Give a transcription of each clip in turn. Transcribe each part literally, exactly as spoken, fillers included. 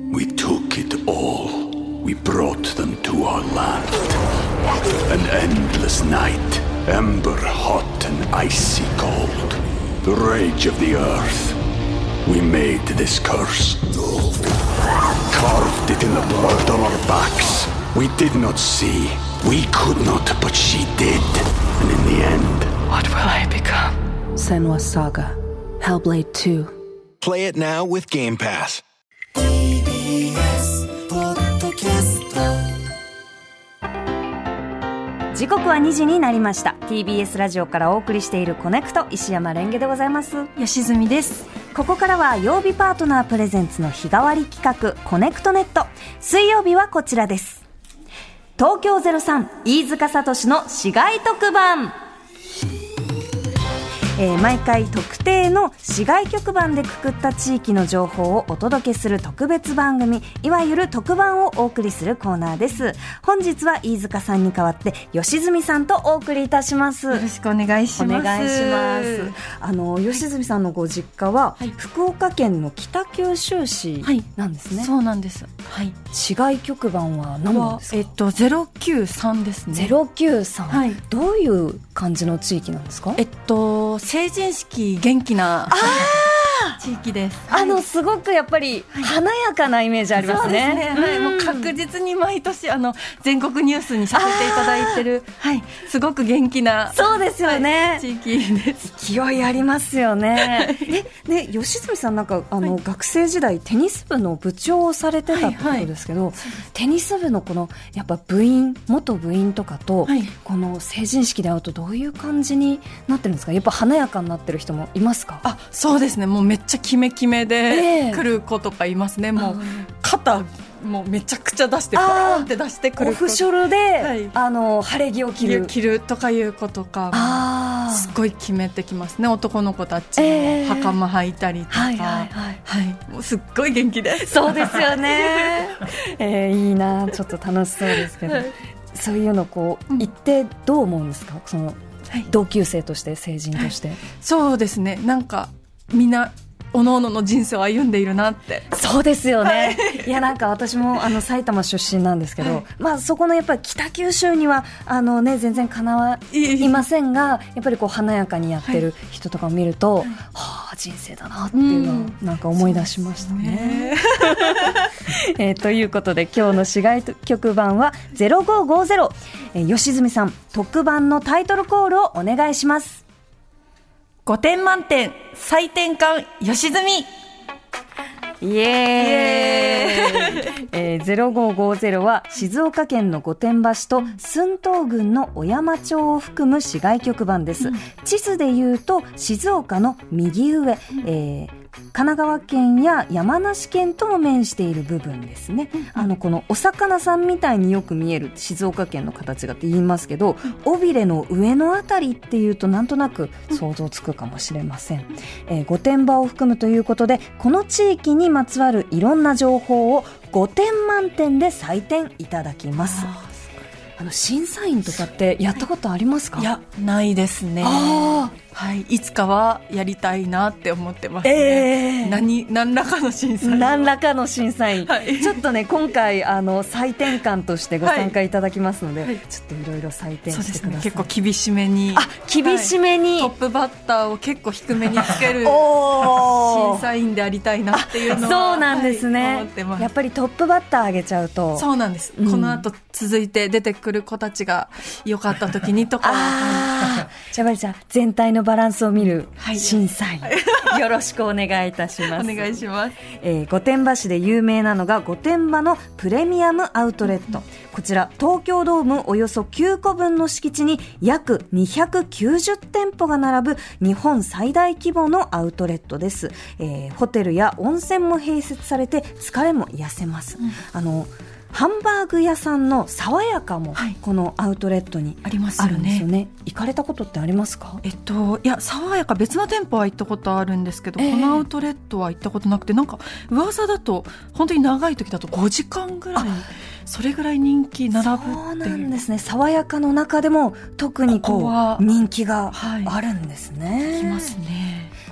We took it all. We brought them to our land. An endless night, ember hot and icy cold. The rage of the earth. We made this curse. Carved it in the blood on our backs. We did not see. We could not, but she did. And in the end, what will I become? Senua's Saga. Hellblade two. Play it now with Game Pass. ティービーエス ポッドキャスト。 時刻はにじになりました。 ティービーエス ラジオからお送りしているコネクト、石山レンゲでございます。 吉住です。 ここからは曜日パートナープレゼンツの日替わり企画コネクトネット。水曜日はこちらです。東京ゼロさん飯塚聡の市街特番。えー、毎回特定の市街局番でくくった地域の情報をお届けする特別番組、いわゆる特番をお送りするコーナーです。本日は飯塚さんに代わって吉住さんとお送りいたします。 よろしくお願いします。 お願いします。あの吉住さんのご実家は、はい、福岡県の北九州市なんですね。 はい、そうなんです。はい、 市街局番は何番ですか？ えっとゼロきゅうさんですね。 ゼロきゅうさん、 はい、 どういう感じの地域なんですか？ えっと成人式元気な地域です。 あのすごくやっぱり華やかなイメージありますね。 そうですね、はい、もう確実に毎年あの全国ニュースにさせていただいてる、はい、すごく元気な、 そうですよね、 はい、地域です。 勢いありますよね。え、ね、吉住さんなんかあの、はい、学生時代テニス部の部長をされてたってことですけど、はいはい、テニス部のこのやっぱ部員元部員とかと、はい、この成人式で会うとどういう感じになってるんですか？やっぱ華やかになってる人もいますか？ あ、そうですね、もうめっちゃキメキメで来る子とかいますね。えー、もう肩もうめちゃくちゃ出してバーンって出してくるオフショルで、はい、あの晴れ着を着る着るとかいう子とかすごい決めてきますね。男の子たちも袴履いたりとか、はいはいはいはい、もうすっごい元気です。 そうですよね、えー、いいな、ちょっと楽しそうですけど、はい、そういうのこう言ってどう思うんですか？その、はい、同級生として成人として、はい、 そうですね、なんかみんなおのおのの人生を歩んでいるなって。 そうですよね、はい、いやなんか私もあの埼玉出身なんですけど、はい、まあ、そこのやっぱり北九州にはあの、ね、全然かなはいませんが、やっぱりこう華やかにやってる人とかを見ると、はい、はあ、人生だなっていうのをなんか思い出しましたね。えー、ということで今日の市街局番はゼロごごゼロ、えー、吉住さん特番のタイトルコールをお願いします。 ごてん満点採点官吉住。 イエーイ、えー、ゼロごごゼロは静岡県の御殿場市と駿東郡の小山町を含む市街局番です。うん、地図でいうと静岡の右上、えー神奈川県や山梨県とも面している部分ですね。あのこのお魚さんみたいによく見える静岡県の形がって言いますけど、尾びれの上のあたりっていうとなんとなく想像つくかもしれません。えー、御殿場を含むということで、この地域にまつわるいろんな情報をごてん満点で採点いただきます。あの審査員とかってやったことありますか？ いや、ないですね。あ、はい、いつかはやりたいなって思ってますね。えー、何, 何らかの審査員何らかの審査員、はい、ちょっとね今回あの採点官としてご参加いただきますので、はい、ちょっといろいろ採点してください。そうですね、 結構厳しめに、 あ、厳しめに、 はい、トップバッターを結構低めにつける審査員でありたいなっていうのはそうなんですね、はい、 思ってます。 やっぱりトップバッター上げちゃうと。 そうなんです、うん、この後続いて出てくる子たちが良かった時にとか、 あじゃあじゃあ全体のバランスを見る審査員、はい、よろしくお願いいたします。 お願いします。 えー、御殿場市で有名なのが御殿場のプレミアムアウトレット、うん、こちら東京ドームおよそきゅうこぶんの敷地に約にひゃくきゅうじゅってんぽが並ぶ日本最大規模のアウトレットです。えー、ホテルや温泉も併設されて疲れも癒せます。うん、あのハンバーグ屋さんの爽やかもこのアウトレットにあるんですよね。はい、ありますよね。行かれたことってありますか？ えっと、いや爽やか別の店舗は行ったことあるんですけど、えー、このアウトレットは行ったことなくて、なんか噂だと本当に長い時だとごじかんぐらいそれぐらい人気並ぶっていう。 そうなんですね。爽やかの中でも特にこうここ人気があるんですね。 来ますね。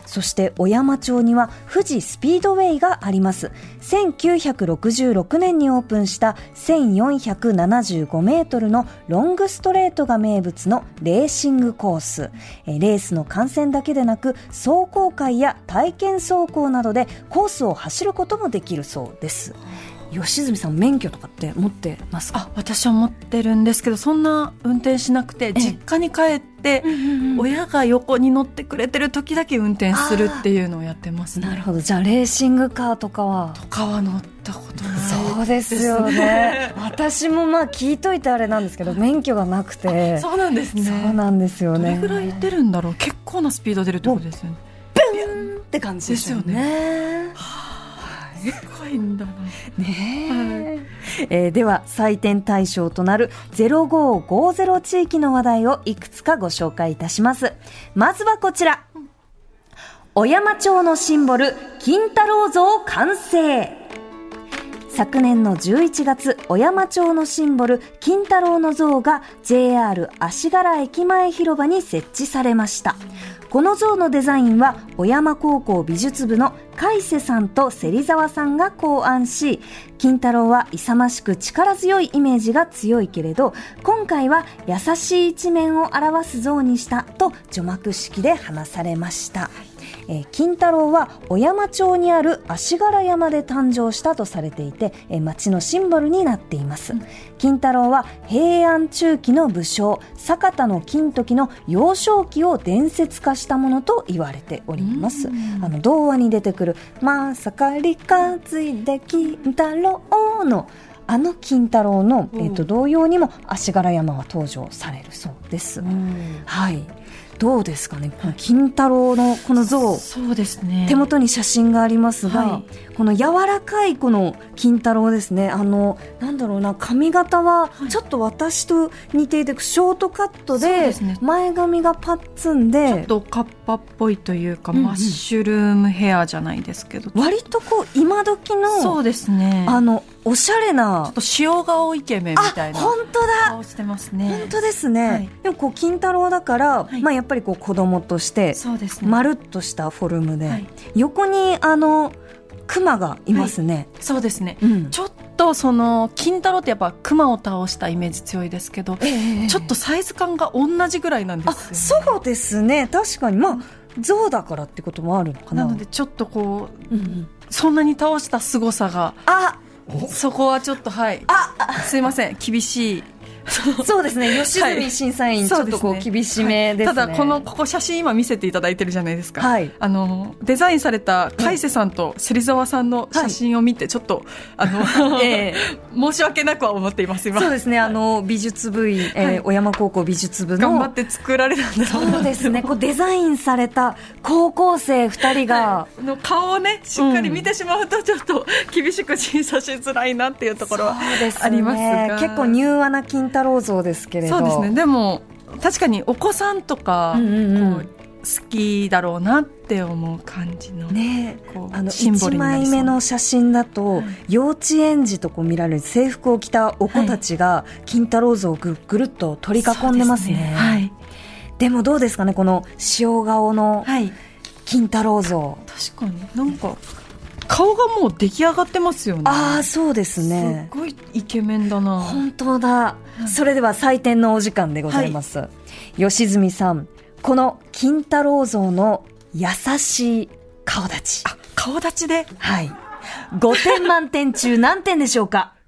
そして小山町には富士スピードウェイがあります。せんきゅうひゃくろくじゅうろくねんにオープンしたせんよんひゃくななじゅうごメートルのロングストレートが名物のレーシングコース。レースの観戦だけでなく走行会や体験走行などでコースを走ることもできるそうです。吉住さん、免許とかって持ってますか？ あ、私は持ってるんですけど、そんな運転しなくて、実家に帰って、うんうんうん、親が横に乗ってくれてる時だけ運転するっていうのをやってますね。 なるほど。じゃあレーシングカーとかはとかは乗ったことないです。 そうですよね私もまあ聞いといてあれなんですけど、免許がなくて。 そうなんですね。 そうなんですよね。 どれぐらい出るんだろう。結構なスピード出るってことですよね。 ビューンって感じですよね。 ですよね。すごいんだな、 ねはいえー、では採点対象となるゼロごごゼロ地域の話題をいくつかご紹介いたします。まずはこちら、小山町のシンボル金太郎像完成。昨年のじゅういちがつ、小山町のシンボル金太郎の像が ジェイアール 足柄駅前広場に設置されました。この像のデザインは小山高校美術部の海瀬さんと芹沢さんが考案し、金太郎は勇ましく力強いイメージが強いけれど、今回は優しい一面を表す像にしたと除幕式で話されました。えー、金太郎は小山町にある足柄山で誕生したとされていて、えー、町のシンボルになっています。うん、金太郎は平安中期の武将酒田の金時の幼少期を伝説化したものと言われております。あの童話に出てくるまさかり担いで金太郎のあの金太郎の、えー、と同様にも足柄山は登場されるそうです。はい、どうですかね、この金太郎のこの像。 そうですね、 手元に写真がありますが、 はい、 この柔らかいこの金太郎ですね。あのなんだろうな、髪型はちょっと私と似ていてショートカットで、前髪がパッツンでちょっとおかっぱっぽいというか、うんうん、マッシュルームヘアじゃないですけど、 割とこう今時のそうですね、 あのおしゃれなちょっと塩顔イケメンみたいな本当だ顔してますね。 本当ですね、はい、でもこう金太郎だから、はい、まあ、やっぱりこう子供としてまるっとしたフォルムで、はい、横にあのクマがいますね。はい、 そうですね、うん、ちょっとその金太郎ってやっぱクマを倒したイメージ強いですけど、えー、ちょっとサイズ感が同じぐらいなんですよね。 あ、そうですね、確かに、まあ、象だからってこともあるのかな。 なのでちょっとこう、うんうん、そんなに倒した凄さが、 あ、 そこはちょっと、はい、 あ、 すいません、厳しい。 そうですね、吉住審査員、はい、ちょっとこう厳しめですね。 ただこのここ写真今見せていただいてるじゃないですか。 はい、 あのデザインされた海瀬さんと芹沢さんの写真を見てちょっと、はい、あの、えー、申し訳なくは思っています今。 そうですね、あの美術部員、えーはい、小山高校美術部の頑張って作られたんだ。 そうですね、こうデザインされた高校生ふたりが、 はい、の顔をねしっかり見てしまうとちょっと厳しく審査しづらいなっていうところはありますが、 ね、結構柔和な金太郎像ですけれど。 そうですね、でも確かにお子さんとか、うんうんうん、こう好きだろうなって思う感じの、 ね、こうあのシンボルになりそう。いちまいめの写真だと、はい、幼稚園児とこう見られる制服を着たお子たちが金太郎像をぐるぐるっと取り囲んでますね。 そうですね、はい、 でもどうですかね、この塩顔の金太郎像、はい、 確かになんか顔がもう出来上がってますよね。 ああ、そうですね、 すごいイケメンだな。 本当だ。それでは採点のお時間でございます。はい、吉住さん、この金太郎像の優しい顔立ち。 あ、顔立ちで、 はい、ごてん満点中何点でしょうか？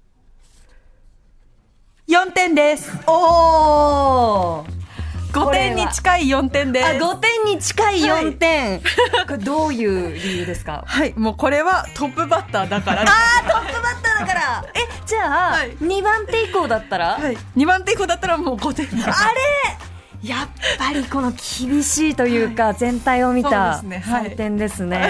よんてんです。 おー、 ごてんに近いよんてんです。 あ、ごてんに近いよんてん、はい、これどういう理由ですか？ はい、もうこれはトップバッターだから。 あー、トップバッターだからえ、じゃあ、はい、にばん手以降だったら、 はい、にばん手以降だったらもうごてん。 あれ、やっぱりこの厳しいというか、はい、全体を見た採点ですね。はい、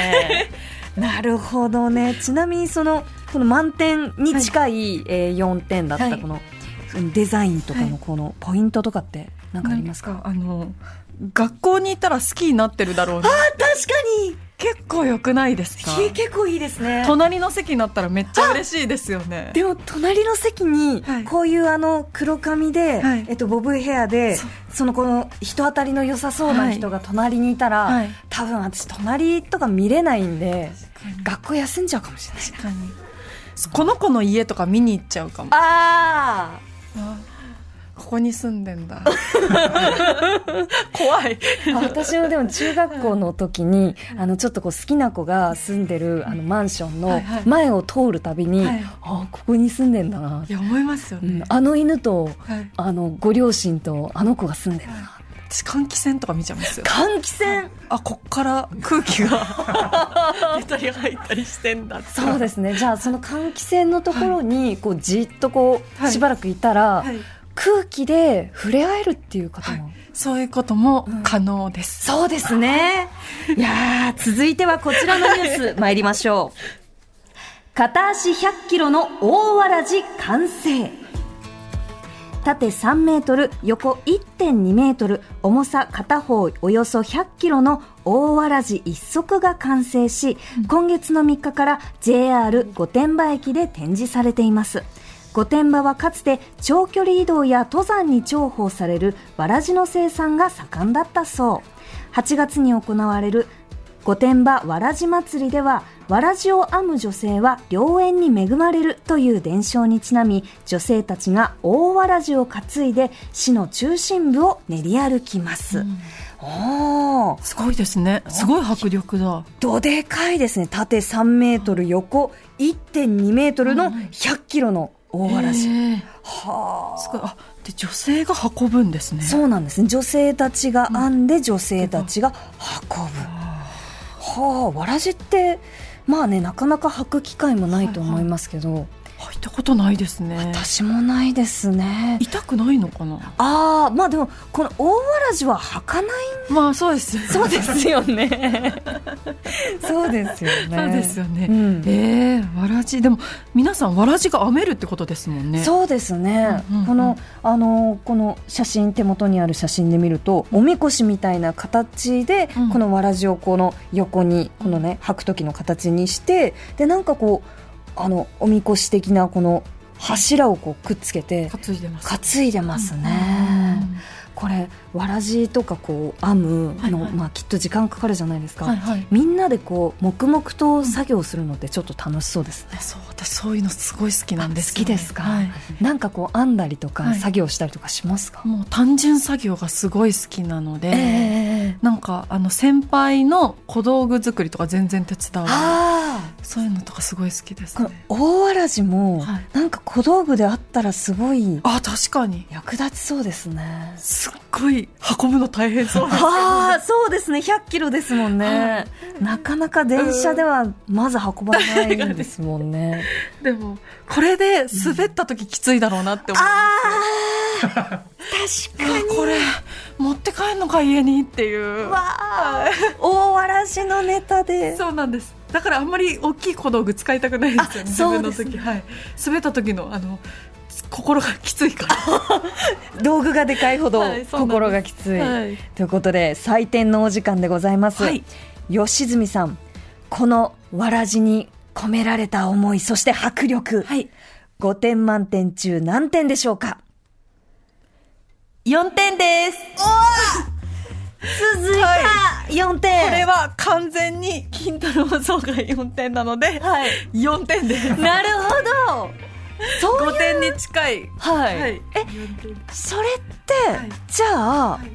なるほどね。ちなみにそのこの満点に近い、はい、えー、よんてんだったこの、はい、デザインとかのこのポイントとかって何かありますか？ なんかあの学校にいたら好きになってるだろうな。 あ、確かに結構良くないですか？ 結構いいですね。 隣の席になったらめっちゃ嬉しいですよね。 でも隣の席にこういうあの黒髪で、はい、えっと、ボブヘアで そ, そのこの人当たりの良さそうな人が隣にいたら、はい、多分私隣とか見れないんで学校休んじゃうかもしれない。確かにこの子の家とか見に行っちゃうかも。 ああ、ここに住んでんだ怖い。 私もでも中学校の時にあのちょっとこう好きな子が住んでるあのマンションの前を通るたびに、はいはい、あ、ここに住んでんだな。 いや思いますよね、 うん、あの犬と、はい、あのご両親とあの子が住んでるな、はい、 私換気扇とか見ちゃうんですよ。 換気扇、 あ、こっから空気が出たり入ったりしてんだって。 そうですね。じゃあその換気扇のところにこうじっとこうしばらくいたら、はいはい、空気で触れ合えるっていう方も、はい、 そういうことも可能です、 うん、そうですね。いや続いてはこちらのニュース参りましょう。片足ひゃっキロの大わらじ完成。縦さんメートル、横 いってんにメートル、重さ片方およそひゃっキロの大わらじ一足が完成し、うん、今月のみっかから ジェイアール 御殿場駅で展示されています。御殿場はかつて長距離移動や登山に重宝されるわらじの生産が盛んだったそう。はちがつに行われる御殿場わらじ祭りでは、わらじを編む女性は良縁に恵まれるという伝承にちなみ、女性たちが大わらじを担いで市の中心部を練り歩きます、うん、おー、 すごいですね。すごい迫力だ。 どでかいですね。縦さんメートル、横 いってんにメートルのひゃっキロの大わらじ、はあ、 すごい。あ、で女性が運ぶんですね。 そうなんですね。女性たちが編んで、うん、女性たちが運ぶ、はあ、わらじってまあね、なかなか履く機会もないと思いますけど、はいはい、 履いたことないですね。 私もないですね。 痛くないのかな。 ああ、まあでもこの大わらじは履かない。 まあそうですそうですよねそうですよね。 そうですよね、うん、えー、わらじでも皆さんわらじが編めるってことですもんね。 そうですね、うんうんうん、このあのこの写真、手元にある写真で見るとおみこしみたいな形で、うん、このわらじをこの横にこのね履く時の形にして、でなんかこうあのおみこし的なこの柱をこうくっつけて担いでます、 担いでますね、うん、これわらじとかこう編むの、はいはい、まあ、きっと時間かかるじゃないですか、はいはい、みんなでこう黙々と作業するのってちょっと楽しそうですね、うん、 そう、私そういうのすごい好きなんですよ、ね、 好きですか、はい、なんかこう編んだりとか、はい、作業したりとかしますか？ もう単純作業がすごい好きなので、えー、なんかあの先輩の小道具作りとか全然手伝う、そういうのとかすごい好きですね。 この大わらじも、はい、なんか小道具であったらすごい、 あ、確かに役立ちそうですね。 すっごい運ぶの大変そうですよね。 あ、そうですね。ひゃっキロですもんね、はい、なかなか電車ではまず運ばないんですもんねでもこれで滑った時きついだろうなって思うんですよ、 うん、あ確かにこれ持って帰るのか家にっていう、 わあ大わらじのネタで。 そうなんです。だからあんまり大きい小道具使いたくないですよね。自分の時、はい、滑った時のあの心がきついから道具がでかいほど心がきつい、はい、ということで採点のお時間でございます、はい、吉住さん、このわらじに込められた思い、そして迫力、はい、ごてん満点中何点でしょうか？ よんてんです。 お続いたよんてん、 はい、これは完全に金太郎像がよんてんなので、はい、よんてんです。 なるほどそういうごてんに近い、 はいはい、えそれって、はい、じゃあ、はい、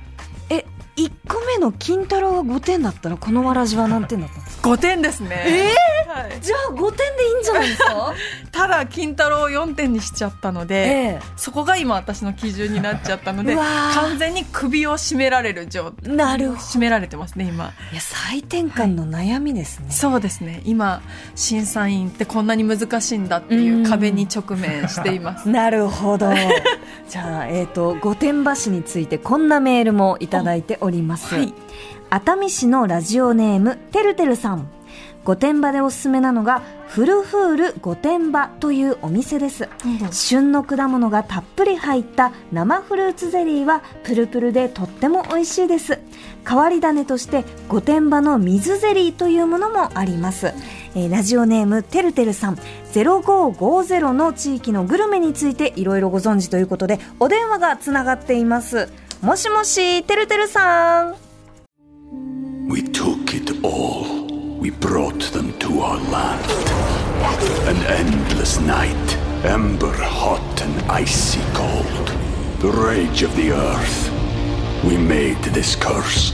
えいっこめの金太郎がごてんだったらこのわらじは何点だったんですか？ ごてんですね。 えーはい、じゃあごてんでいいんじゃないですか？ ただ金太郎をよんてんにしちゃったので、えー、そこが今私の基準になっちゃったので完全に首を絞められる状態。 なるほど、 絞められてますね今。 いや採点感の悩みですね、 はい、そうですね。今審査員ってこんなに難しいんだっていう壁に直面しています。 なるほどじゃあ、えーと、御殿場市についてこんなメールもいただいております、はい、熱海市のラジオネームてるてるさん。御殿場でおすすめなのがフルフール御殿場というお店です、うん、旬の果物がたっぷり入った生フルーツゼリーはプルプルでとっても美味しいです。 変わり種として御殿場の水ゼリーというものもあります。えー、ラジオネームてるてるさん、ゼロごごゼロの地域のグルメについていろいろご存知ということでお電話がつながっています。もしもし、てるてるさん。 We took it all. We brought them to our land. An endless night, ember hot and icy cold. The rage of the earth. We made this curse.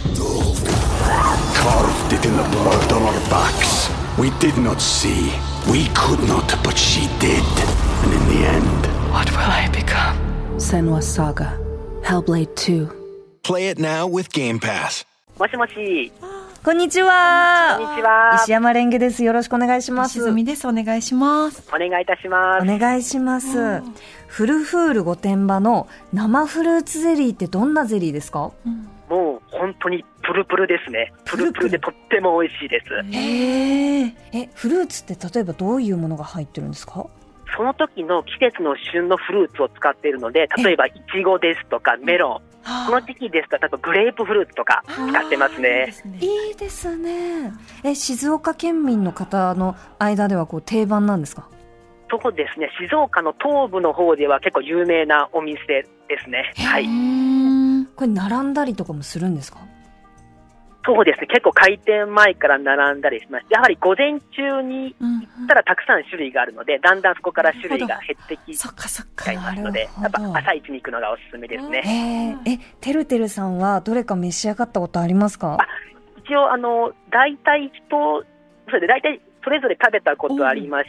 Carved it in the blood on our backs. We did not see. We could not, but she did. And in the end, What will I become? Senua's Saga. Hellblade two. Play it now with Game Pass. もしもし。 こんにちは。 こんにちは。 石山レンゲです。よろしくお願いします。 しずみです。お願いします。 お願いいたします。 お願いします。フルフール御殿場の生フルーツゼリーってどんなゼリーですか？ うん、もう本当にプルプルですね。プルプルでとっても美味しいです。 へー。え、フルーツって例えばどういうものが入ってるんですか？ その時の季節の旬のフルーツを使っているので、例えばイチゴですとかメロン、この時期ですと例えばグレープフルーツとか使ってますね。 いいですね。え、静岡県民の方の間ではこう定番なんですか？ そうですね、静岡の東部の方では結構有名なお店ですね。はい。 これ並んだりとかもするんですか？ そうですね、結構開店前から並んだりします。やはり午前中に行ったらたくさん種類があるので、だんだんそこから種類が減ってきちゃいますので、やっぱ朝一に行くのがおすすめですね。 えー、え、てるてるさんはどれか召し上がったことありますか？ あ、一応あの大体人それで大体それぞれ食べたことありまして、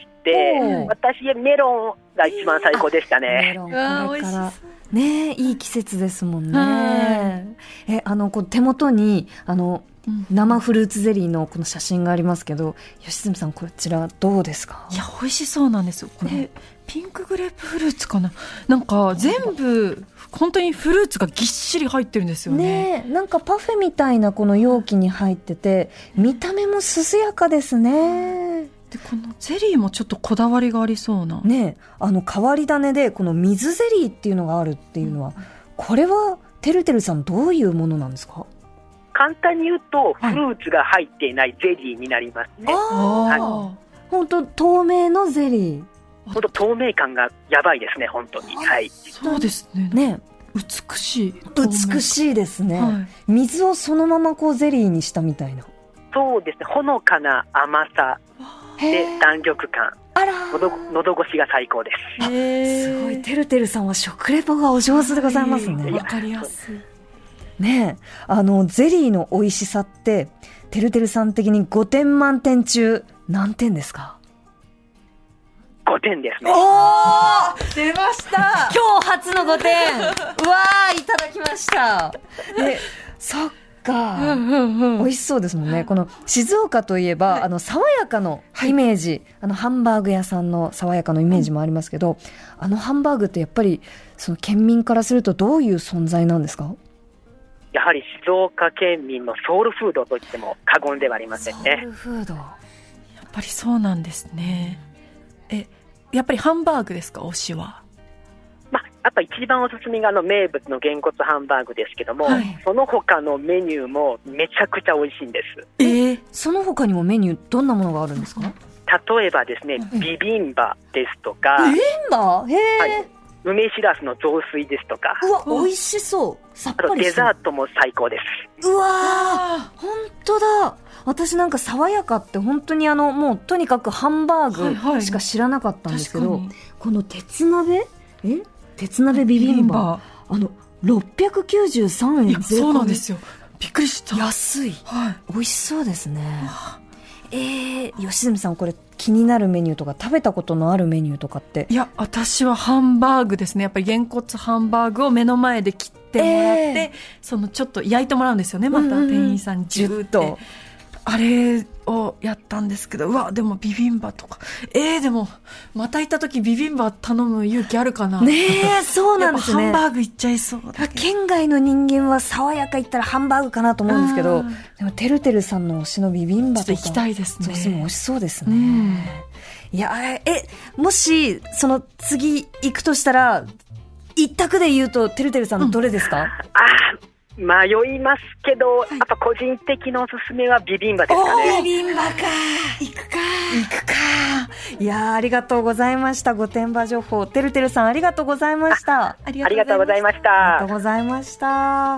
私メロンが一番最高でしたね。 メロンこれからね、いい季節ですもんね。え、あのこう手元にあの、うん、生フルーツゼリーのこの写真がありますけど、吉住さんこちらどうですか？ いや、美味しそうなんですよ。これ、ね、ピンクグレープフルーツかな。なんか全部本当にフルーツがぎっしり入ってるんですよね。 ね、なんかパフェみたいなこの容器に入ってて、見た目も涼やかですね。 でこのゼリーもちょっとこだわりがありそうな、 ね、あの変わり種でこの水ゼリーっていうのがあるっていうのは、うん、これはてるてるさんどういうものなんですか？ 簡単に言うとフルーツが入っていないゼリーになりますね。 はい、本当透明のゼリー、 本当透明感がやばいですね、本当に。はい、 そうですね。 ね、 美しい美しいですね、はい、水をそのままこうゼリーにしたみたいな。 そうですね、ほのかな甘さで弾力感、 あら、 のど、のど越しが最高です。 あ、すごい、てるてるさんは食レポがお上手でございますね。 わかりやすいね。え、あのゼリーの美味しさっててるてるさん的にごてん満点中何点ですか？ ごてんですね。 おー、 出ました今日初のごてんうわー、いただきました。で、そっか、うんうんうん、美味しそうですもんね。この静岡といえば、はい、あの爽やかのイメージ、はい、あのハンバーグ屋さんの爽やかのイメージもありますけど、うん、あのハンバーグってやっぱりその県民からするとどういう存在なんですか？ やはり静岡県民のソウルフードといっても過言ではありませんね。 ソウルフード、 やっぱりそうなんですね。え、やっぱりハンバーグですか、推しは？ まあ、やっぱ一番おすすめがあの名物のげんこつハンバーグですけども、はい、その他のメニューもめちゃくちゃ美味しいんです。 えー、その他にもメニューどんなものがあるんですか？ 例えばですね、ビビンバですとか、 ビビンバ、へー、はい、 梅しらすの雑炊ですとか、 うわ、美味しそう、さっぱりしてる。 あとデザートも最高です。 うわー、本当だ。私なんか爽やかって本当にあのもうとにかくハンバーグしか知らなかったんですけど、はいはい、この鉄鍋、え鉄鍋ビビンバ、あのろっぴゃくきゅうじゅうさんえん税込み。 そうなんですよ、びっくりした。 安い、はい、美味しそうですね。えー、吉住さん、これ気になるメニューとか食べたことのあるメニューとかって？ いや、私はハンバーグですね。やっぱりげんこつハンバーグを目の前で切ってもらって、えー、そのちょっと焼いてもらうんですよね、また店員さんにジューって、うんうん、あれをやったんですけど、うわ、でもビビンバとか、えー、でもまた行った時ビビンバ頼む勇気あるかな。 ねえ、そうなんですね。 ハンバーグ行っちゃいそうだけど、 県外の人間は爽やか行ったらハンバーグかなと思うんですけど、でもてるてるさんの推しのビビンバとかちょっと行きたいですね。 そう、美味しそうですね、うん、いや、え、もしその次行くとしたら一択で言うとてるてるさんのどれですか？うん、 あ迷いますけど、はい、やっぱ個人的なおすすめはビビンバですかね。 ビビンバか、行くか行くか。いやありがとうございました。御殿場情報、てるてるさんありがとうございました。 ありがとうございました。 ありがとうございました。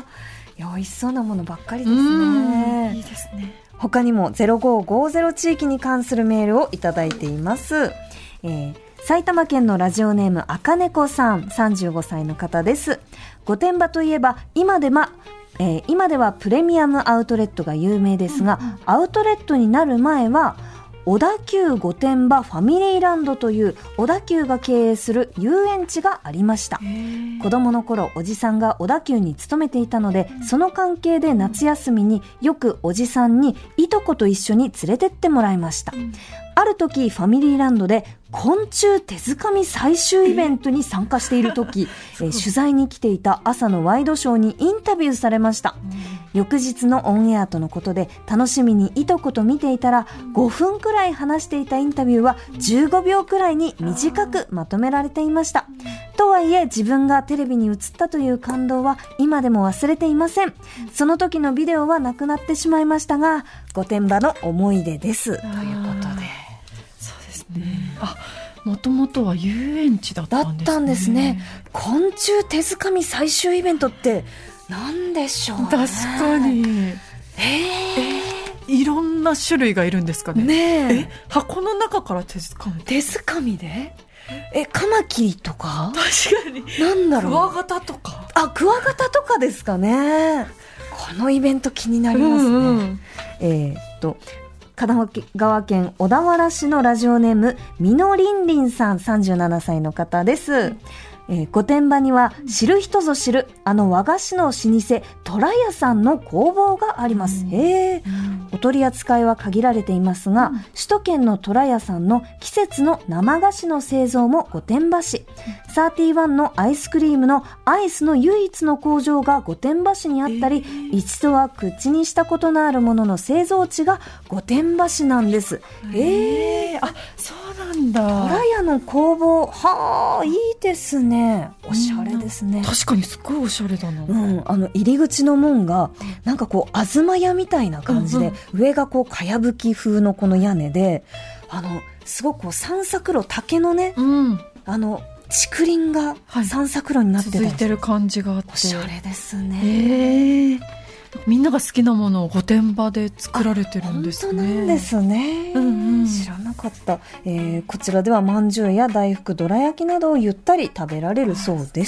いや美味しそうなものばっかりですね。 いいですね。 他にもゼロごごゼロ地域に関するメールをいただいています。えー、埼玉県のラジオネームあかねこさん、さんじゅうごさいの方です。御殿場といえば今でまえー、今ではプレミアムアウトレットが有名ですが、うんうん、アウトレットになる前は小田急御殿場ファミリーランドという小田急が経営する遊園地がありました。子供の頃おじさんが小田急に勤めていたので、その関係で夏休みによくおじさんにいとこと一緒に連れてってもらいました。ある時ファミリーランドで昆虫手づかみ最終イベントに参加している時、えー、取材に来ていた朝のワイドショーにインタビューされました。翌日のオンエアとのことで楽しみにいとこと見ていたら、ごふんくらい話していたインタビューはじゅうごびょうくらいに短くまとめられていました。とはいえ自分がテレビに映ったという感動は今でも忘れていません。その時のビデオはなくなってしまいましたが、御殿場の思い出ですということで。 そうですね。あ、もともとは遊園地だったんですね。 だったんですね。昆虫手づかみ最終イベントってなんでしょうね。 確かに。 えー、いろんな種類がいるんですかね。 ねえ。 え、箱の中から手づかみ。 手づかみで？え、カマキリとか？ 確かに。 なんだろう。 クワガタとか。 あ、クワガタとかですかね。このイベント気になりますね。うんうん、えー、っと。神奈川県小田原市のラジオネームみのりんりんさん、さんじゅうななさいの方です。うんえー、御殿場には知る人ぞ知るあの和菓子の老舗虎屋さんの工房があります。へー、お取り扱いは限られていますが、うん、首都圏の虎屋さんの季節の生菓子の製造も御殿場市、サーティワンのアイスクリームのアイスの唯一の工場が御殿場市にあったり、えー、一度は口にしたことのあるものの製造地が御殿場市なんです。 えー、あ、そうなんだ。 虎屋の工房、はあ、いいですね。おしゃれですね。 確かにすごいおしゃれだな。 うん、あの入り口の門がなんかこう東屋みたいな感じで、うんうん、上がこうかやぶき風のこの屋根で、あのすごくこう散策路、竹のね、うん、あの竹林が散策路になってた、 はい、続いてる感じがあって、 おしゃれですね。 へー、みんなが好きなものを御殿場で作られてるんですね。 本当なんですね、うんうん、知らなかった、えー、こちらではまんじゅうや大福、どら焼きなどをゆったり食べられるそうです、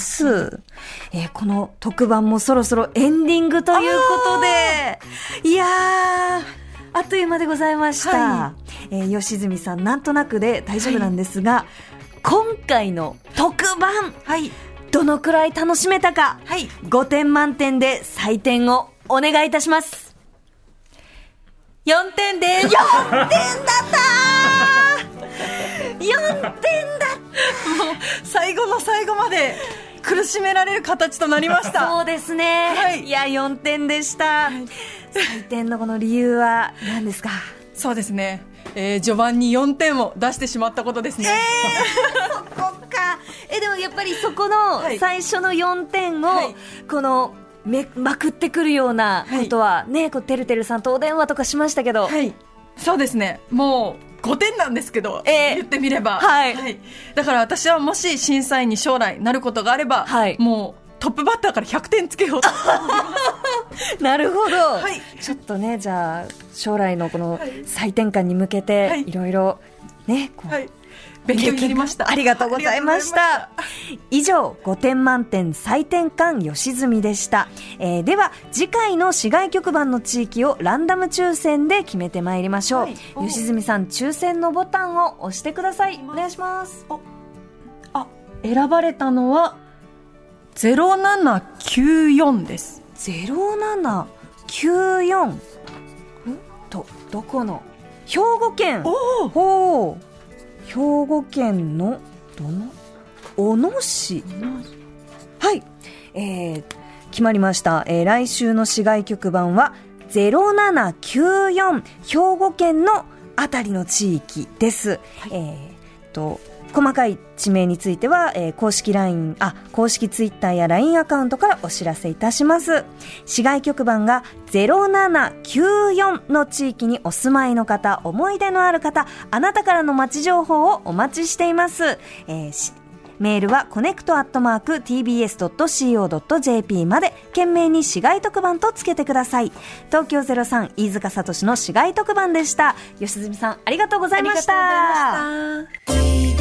えー、この特番もそろそろエンディングということで、いやーあっという間でございました、はい、えー、吉住さんなんとなくで大丈夫なんですが、はい、今回の特番、はい、どのくらい楽しめたか、はい、ごてん満点で採点をお願いいたします。 よんてんです。 よんてんだったーよんてんだった。もう最後の最後まで苦しめられる形となりました。 そうですね、はい、いやよんてんでした、はい、採点のこの理由は何ですか？ そうですね、えー、序盤によんてんを出してしまったことですね。 えー、そこか。えでもやっぱりそこの最初のよんてんを、はい、このめまくってくるようなことはね、はい、こうてるてるさんとお電話とかしましたけど、 はい、そうですね、もうごてんなんですけど、えー、言ってみれば、 はいはい、だから私はもし審査員に将来なることがあれば、はい、もうトップバッターからひゃくてんつけようとなるほど、 はい、 ちょっとね、じゃあ将来のこの採点感に向けて、はい、いろいろねこう、はい、 勉強になりました。 ありがとうございました。以上、ごてん満点採点官吉住でした、えー、では次回の市外局番の地域をランダム抽選で決めてまいりましょう、はい、吉住さん抽選のボタンを押してください。お願いします。 あ、選ばれたのはゼロななきゅうよんです。 ゼロななきゅうよんと、どこの兵庫県。 おほう、兵庫県のどの小野市。はい、えー、決まりました、えー、来週の市外局番はゼロななきゅうよん、兵庫県のあたりの地域です、はい、えー、 と細かい地名については、えー、公式 ライン、あ、公式ツイッターや ライン アカウントからお知らせいたします。市外局番がゼロななきゅうよんの地域にお住まいの方、思い出のある方、あなたからの街情報をお待ちしています。えーメールはコネクトアットマーク ティービーエスドットシーオードットジェーピー まで、懸命に市外特番とつけてください。東京ゼロさん、飯塚聡の市外特番でした。吉住さん、ありがとうございました。 ありがとうございました。